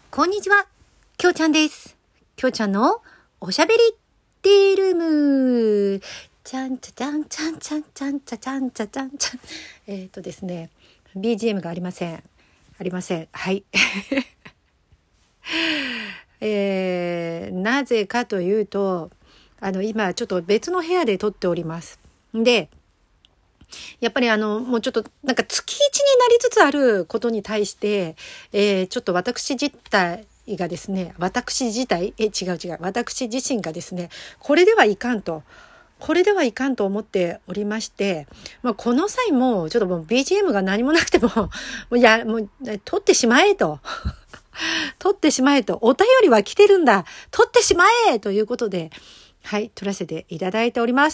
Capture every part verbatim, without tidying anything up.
こんにちは、きょうちゃんです。きょうちゃんのおしゃべりティールーム。ちゃんちゃちゃんちゃんちゃんちゃんちゃちゃんちゃちゃんちゃん。えっとですね、ビージーエム がありません。ありません。はい。えー、なぜかというと、あの、今ちょっと別の部屋で撮っております。で、やっぱりあの、もうちょっとなんか月一になりつつあることに対して、えー、ちょっと私自体がですね、私自体、え、違う違う、私自身がですね、これではいかんと、これではいかんと思っておりまして、まあ、この際も、ちょっともう ビージーエム が何もなくても、もうや、もう、撮ってしまえと。撮ってしまえと。お便りは来てるんだ。撮ってしまえということで、はい、撮らせていただいております。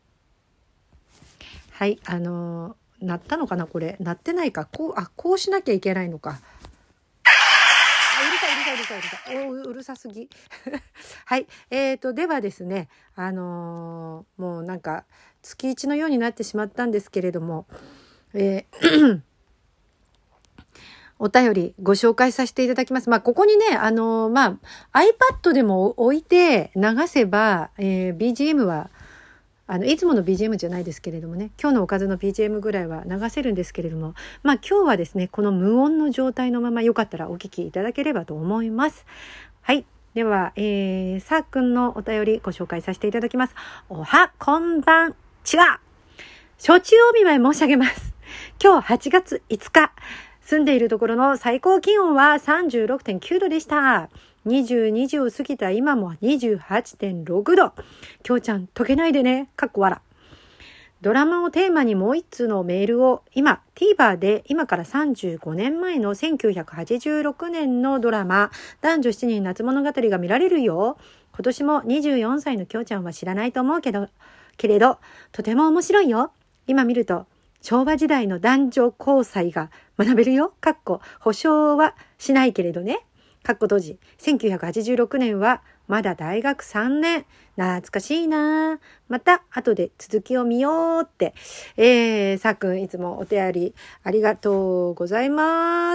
はい、あのー、鳴ったのかなこれ。鳴ってないか。こう、あ、こうしなきゃいけないのか。あ、うるさい、うるさい、うるさい、うるさい。お、うるさすぎ。はい。えーと、ではですね、あのー、もうなんか、月一のようになってしまったんですけれども、えーお便りご紹介させていただきます。まあ、ここにね、あのー、まあ、iPad でも置いて流せば、えー、ビージーエム は、あのいつもの ビージーエム じゃないですけれどもね、今日のおかずの ビージーエム ぐらいは流せるんですけれども、まあ今日はですね、この無音の状態のままよかったらお聞きいただければと思います。はい。では、えー、さーくんのお便りご紹介させていただきます。おはこんばんちは。初中お見舞い申し上げます。今日はちがついつか、住んでいるところの最高気温は さんじゅうろくてんきゅうどでした。にじゅうにじを過ぎた今も にじゅうはちてんろくど。きょうちゃん溶けないでね。かっこ笑。ドラマをテーマにもう一通のメールを今 TVer で今からさんじゅうごねんまえのせんきゅうひゃくはちじゅうろくねんのドラマ男女しちにん夏物語が見られるよ。今年もにじゅうよんさいのきょうちゃんは知らないと思うけど、けれどとても面白いよ。今見ると昭和時代の男女交際が学べるよ。かっこ保証はしないけれどね。かっこ当時せんきゅうひゃくはちじゅうろくねんはまだ大学さんねん。懐かしいな。また後で続きを見ようって。えー、さっくんいつもお手ありありがとうございます。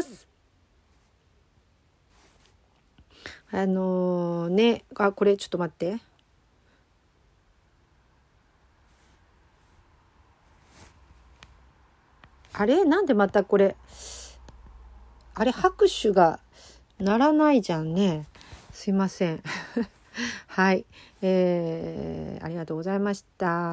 あのー、ね、あ、これちょっと待って。あれなんでまたこれ、あれ拍手が鳴らないじゃんね。すいません。はい、えー、ありがとうございました。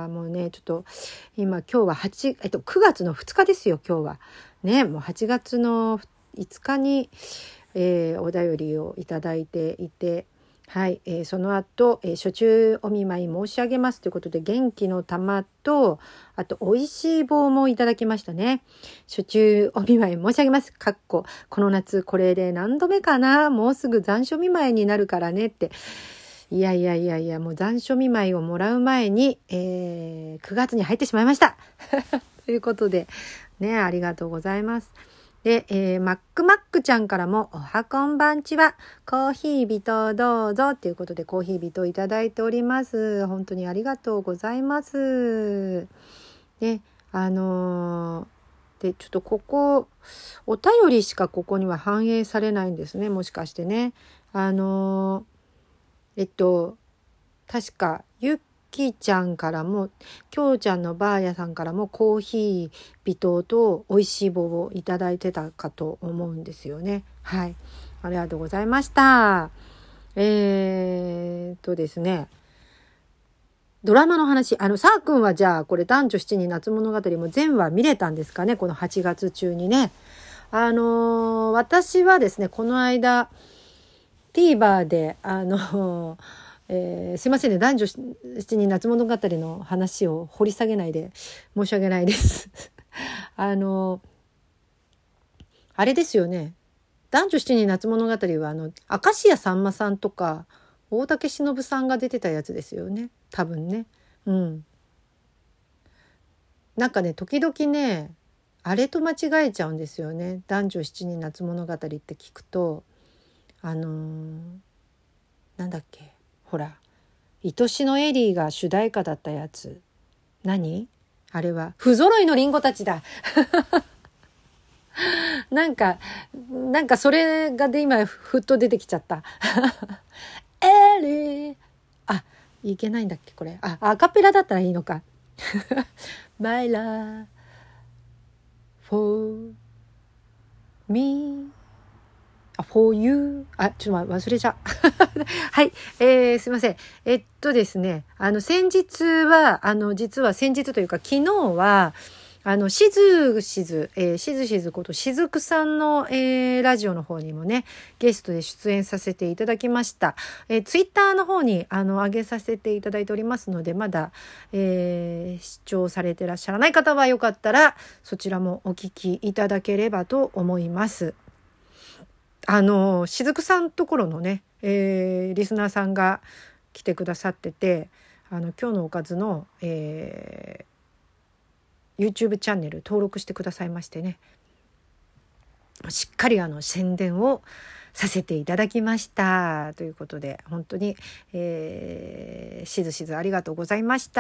もうね、ちょっと今今日ははち、えっとくがつのふつかですよ。今日はね、もうはちがつのいつかに、えー、お便りをいただいていて、はい、えー、その後、えー、初中お見舞い申し上げますということで元気の玉とあと美味しい棒もいただきましたね。初中お見舞い申し上げます。かっここの夏これで何度目かな。もうすぐ残暑見舞いになるからねって。いやいやいやいや、もう残暑見舞いをもらう前に、えー、くがつに入ってしまいました。ということで、ね、ありがとうございます。で、えー、マックマックちゃんからも、おはこんばんちは、コーヒー人どうぞということで、コーヒー人いただいております。本当にありがとうございます。で、あのー、で、ちょっとここ、お便りしかここには反映されないんですね。もしかしてね。あのー、えっと、確か、ゆっきちゃんからも、きょうちゃんのばあやさんからもコーヒー微糖と美味しい棒をいただいてたかと思うんですよね。はい。ありがとうございました。えーっとですね。ドラマの話。あの、さーくんはじゃあ、これ男女しちにん夏物語も全話見れたんですかね。このはちがつ中にね。あのー、私はですね、この間、TVer で、あの、えー、すいませんね、男女しちにん夏物語の話を掘り下げないで申し訳ないです。あの、あれですよね。男女しちにん夏物語は、あの、明石家さんまさんとか、大竹しのぶさんが出てたやつですよね。多分ね。うん。なんかね、時々ね、あれと間違えちゃうんですよね。男女しちにん夏物語って聞くと、あのー、なんだっけ。ほら、愛しのエリーが主題歌だったやつ。何あれは不揃いのリンゴたちだ。 なんか、なんかそれがで今ふっと出てきちゃった。エリー。あ、いけないんだっけこれ。あ、アカペラだったらいいのか。My love for me, for you. あ、ちょっと忘れちゃう。はい、えー、すいません。えっとですね、あの先日はあの実は先日というか昨日はあのしずしず、えー、しずしずことしずくさんの、えー、ラジオの方にもねゲストで出演させていただきました。えー、ツイッターの方にあの上げさせていただいておりますので、まだ、えー、視聴されてらっしゃらない方はよかったらそちらもお聞きいただければと思います。あのしずくさんところのね、えー、リスナーさんが来てくださってて、あの今日のおかずの、えーYouTube チャンネル登録してくださいましてね、しっかりあの宣伝をさせていただきましたということで、本当に、えー、しずしずありがとうございました。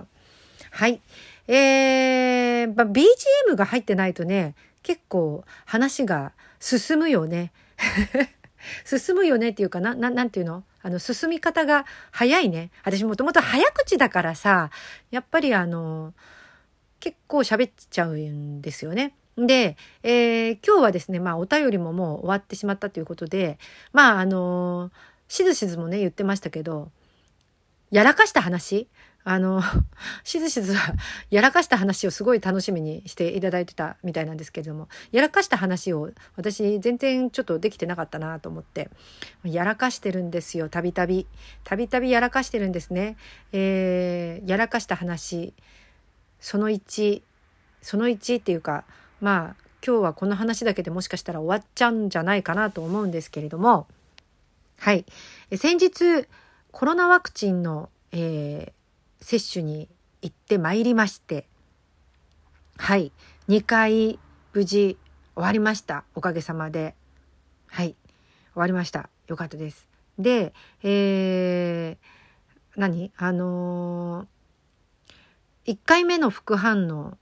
はい、えーまあ、ビージーエム が入ってないとね結構話が進むよね進むよねっていうかな、な、なんていうの、あの進み方が早いね。私もともと早口だからさ、やっぱりあの結構喋っちゃうんですよね。で、えー、今日はですね、まあお便りももう終わってしまったということで、まああのしずしずもね言ってましたけど、やらかした話、あのしずしずはやらかした話をすごい楽しみにしていただいてたみたいなんですけれども、やらかした話を私全然ちょっとできてなかったなと思って、やらかしてるんですよ。たびたびたびたびやらかしてるんですね。えー、やらかした話そのいち、そのいちっていうか、まあ今日はこの話だけでもしかしたら終わっちゃうんじゃないかなと思うんですけれども、はい、え先日コロナワクチンの、えー、接種に行ってまいりまして、はい、にかい無事終わりました。おかげさまで、はい、終わりました。よかったです。で、えー、何あのーいっかいめの副反応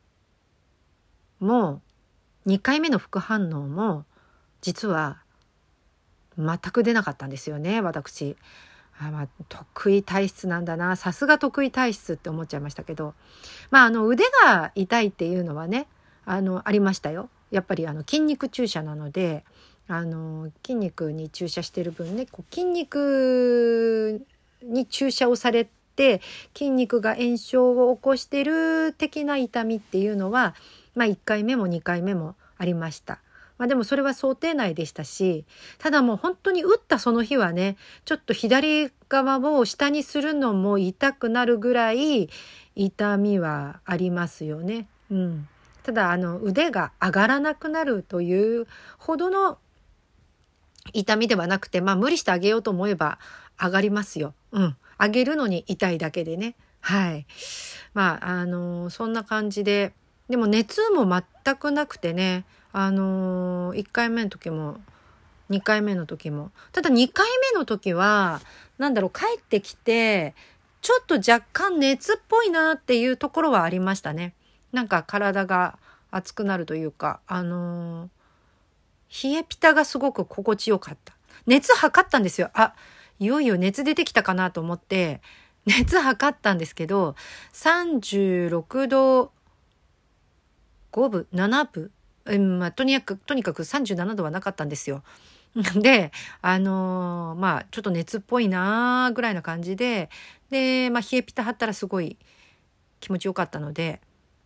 もにかいめの副反応も実は全く出なかったんですよね。私あ、まあ、得意体質なんだな、さすが得意体質って思っちゃいましたけど、まああの腕が痛いっていうのはね、あのありましたよ。やっぱりあの筋肉注射なので、あの筋肉に注射してる分ね、こう筋肉に注射をされて筋肉が炎症を起こしてる的な痛みっていうのは、まあ、いっかいめもにかいめもありました。まあ、でもそれは想定内でしたし、ただもう本当に打ったその日はね、ちょっと左側を下にするのも痛くなるぐらい痛みはありますよね。うん、ただあの腕が上がらなくなるというほどの痛みではなくて、まあ無理してあげようと思えば上がりますよ。うん。上げるのに痛いだけでね。はい。まあ、あのー、そんな感じで、でも熱も全くなくてね、あのー、いっかいめの時もにかいめの時も。ただにかいめの時は、なんだろう、帰ってきて、ちょっと若干熱っぽいなっていうところはありましたね。なんか体が熱くなるというか、あのー、冷えピタがすごく心地よかった。熱測ったんですよ。あ、いよいよ熱出てきたかなと思って熱測ったんですけど、さんじゅうろくどごぶななぶ、うんまあ、とにかくとにかくさんじゅうななどはなかったんですよ。で、あのー、まあちょっと熱っぽいなぐらいな感じで、で、まあ、冷えピタ貼ったらすごい気持ちよかったので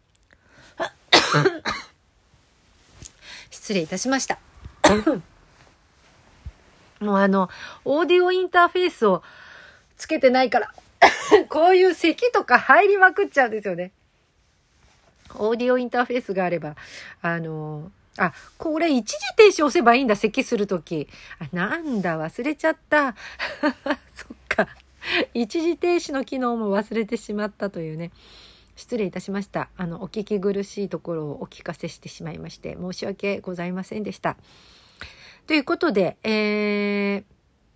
失礼いたしました。もうあのオーディオインターフェースをつけてないからこういう咳とか入りまくっちゃうんですよね。オーディオインターフェースがあれば、あのあ、これ一時停止押せばいいんだ、咳するとき。あ、なんだ、忘れちゃったそっか、一時停止の機能も忘れてしまったというね。失礼いたしました。あのお聞き苦しいところをお聞かせしてしまいまして申し訳ございませんでした。ということで、えー、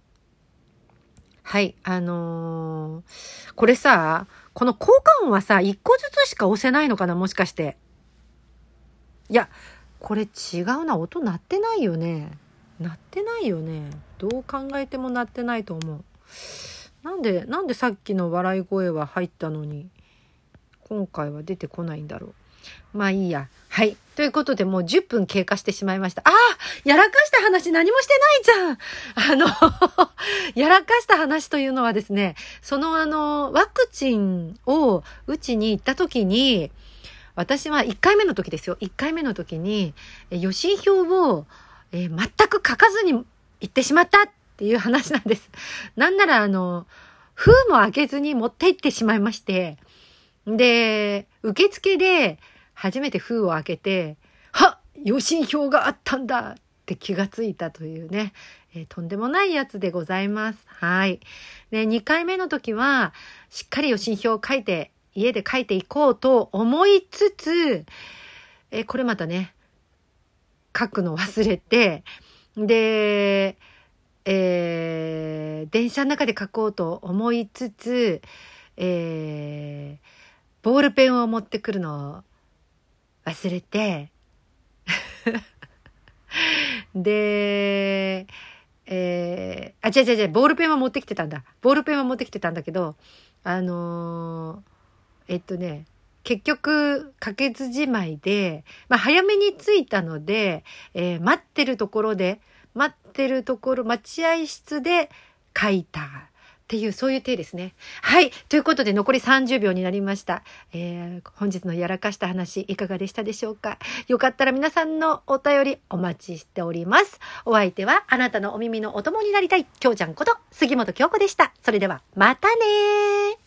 はい、あのー、これさ、この効果音はさ、一個ずつしか押せないのかな、もしかして。いや、 これ違うな。音鳴ってないよね。鳴ってないよね。どう考えても鳴ってないと思う。なんで、なんでさっきの笑い声は入ったのに、今回は出てこないんだろう。まあいいや。はい。ということでもうじゅっぷん経過してしまいました。ああやらかした話何もしてないじゃん。あの、やらかした話というのはですね、そのあの、ワクチンを打ちに行った時に、私はいっかいめの時ですよ。いっかいめの時に、予診票を、えー、全く書かずに行ってしまったっていう話なんです。なんならあの、封も開けずに持って行ってしまいまして、で、受付で初めて封を開けて、はっ予診票があったんだって気がついたというね、えー、とんでもないやつでございます。はい。で、にかいめの時は、しっかり予診票を書いて、家で書いていこうと思いつつ、えー、これまたね、書くの忘れて、で、えー、電車の中で書こうと思いつつ、えー、ボールペンを持ってくるのを忘れてで、えー、あ、違う違う違う、ボールペンは持ってきてたんだ。ボールペンは持ってきてたんだけど、あのー、えっとね、結局、書けずじまいで、まあ、早めに着いたので、えー、待ってるところで、待ってるところ、待合室で書いた。っていう、そういう手ですね。はい。ということで、残りさんじゅうびょうになりました。えー、本日のやらかした話、いかがでしたでしょうか。よかったら皆さんのお便りお待ちしております。お相手は、あなたのお耳のお供になりたい、きょうちゃんこと、杉本京子でした。それでは、またねー。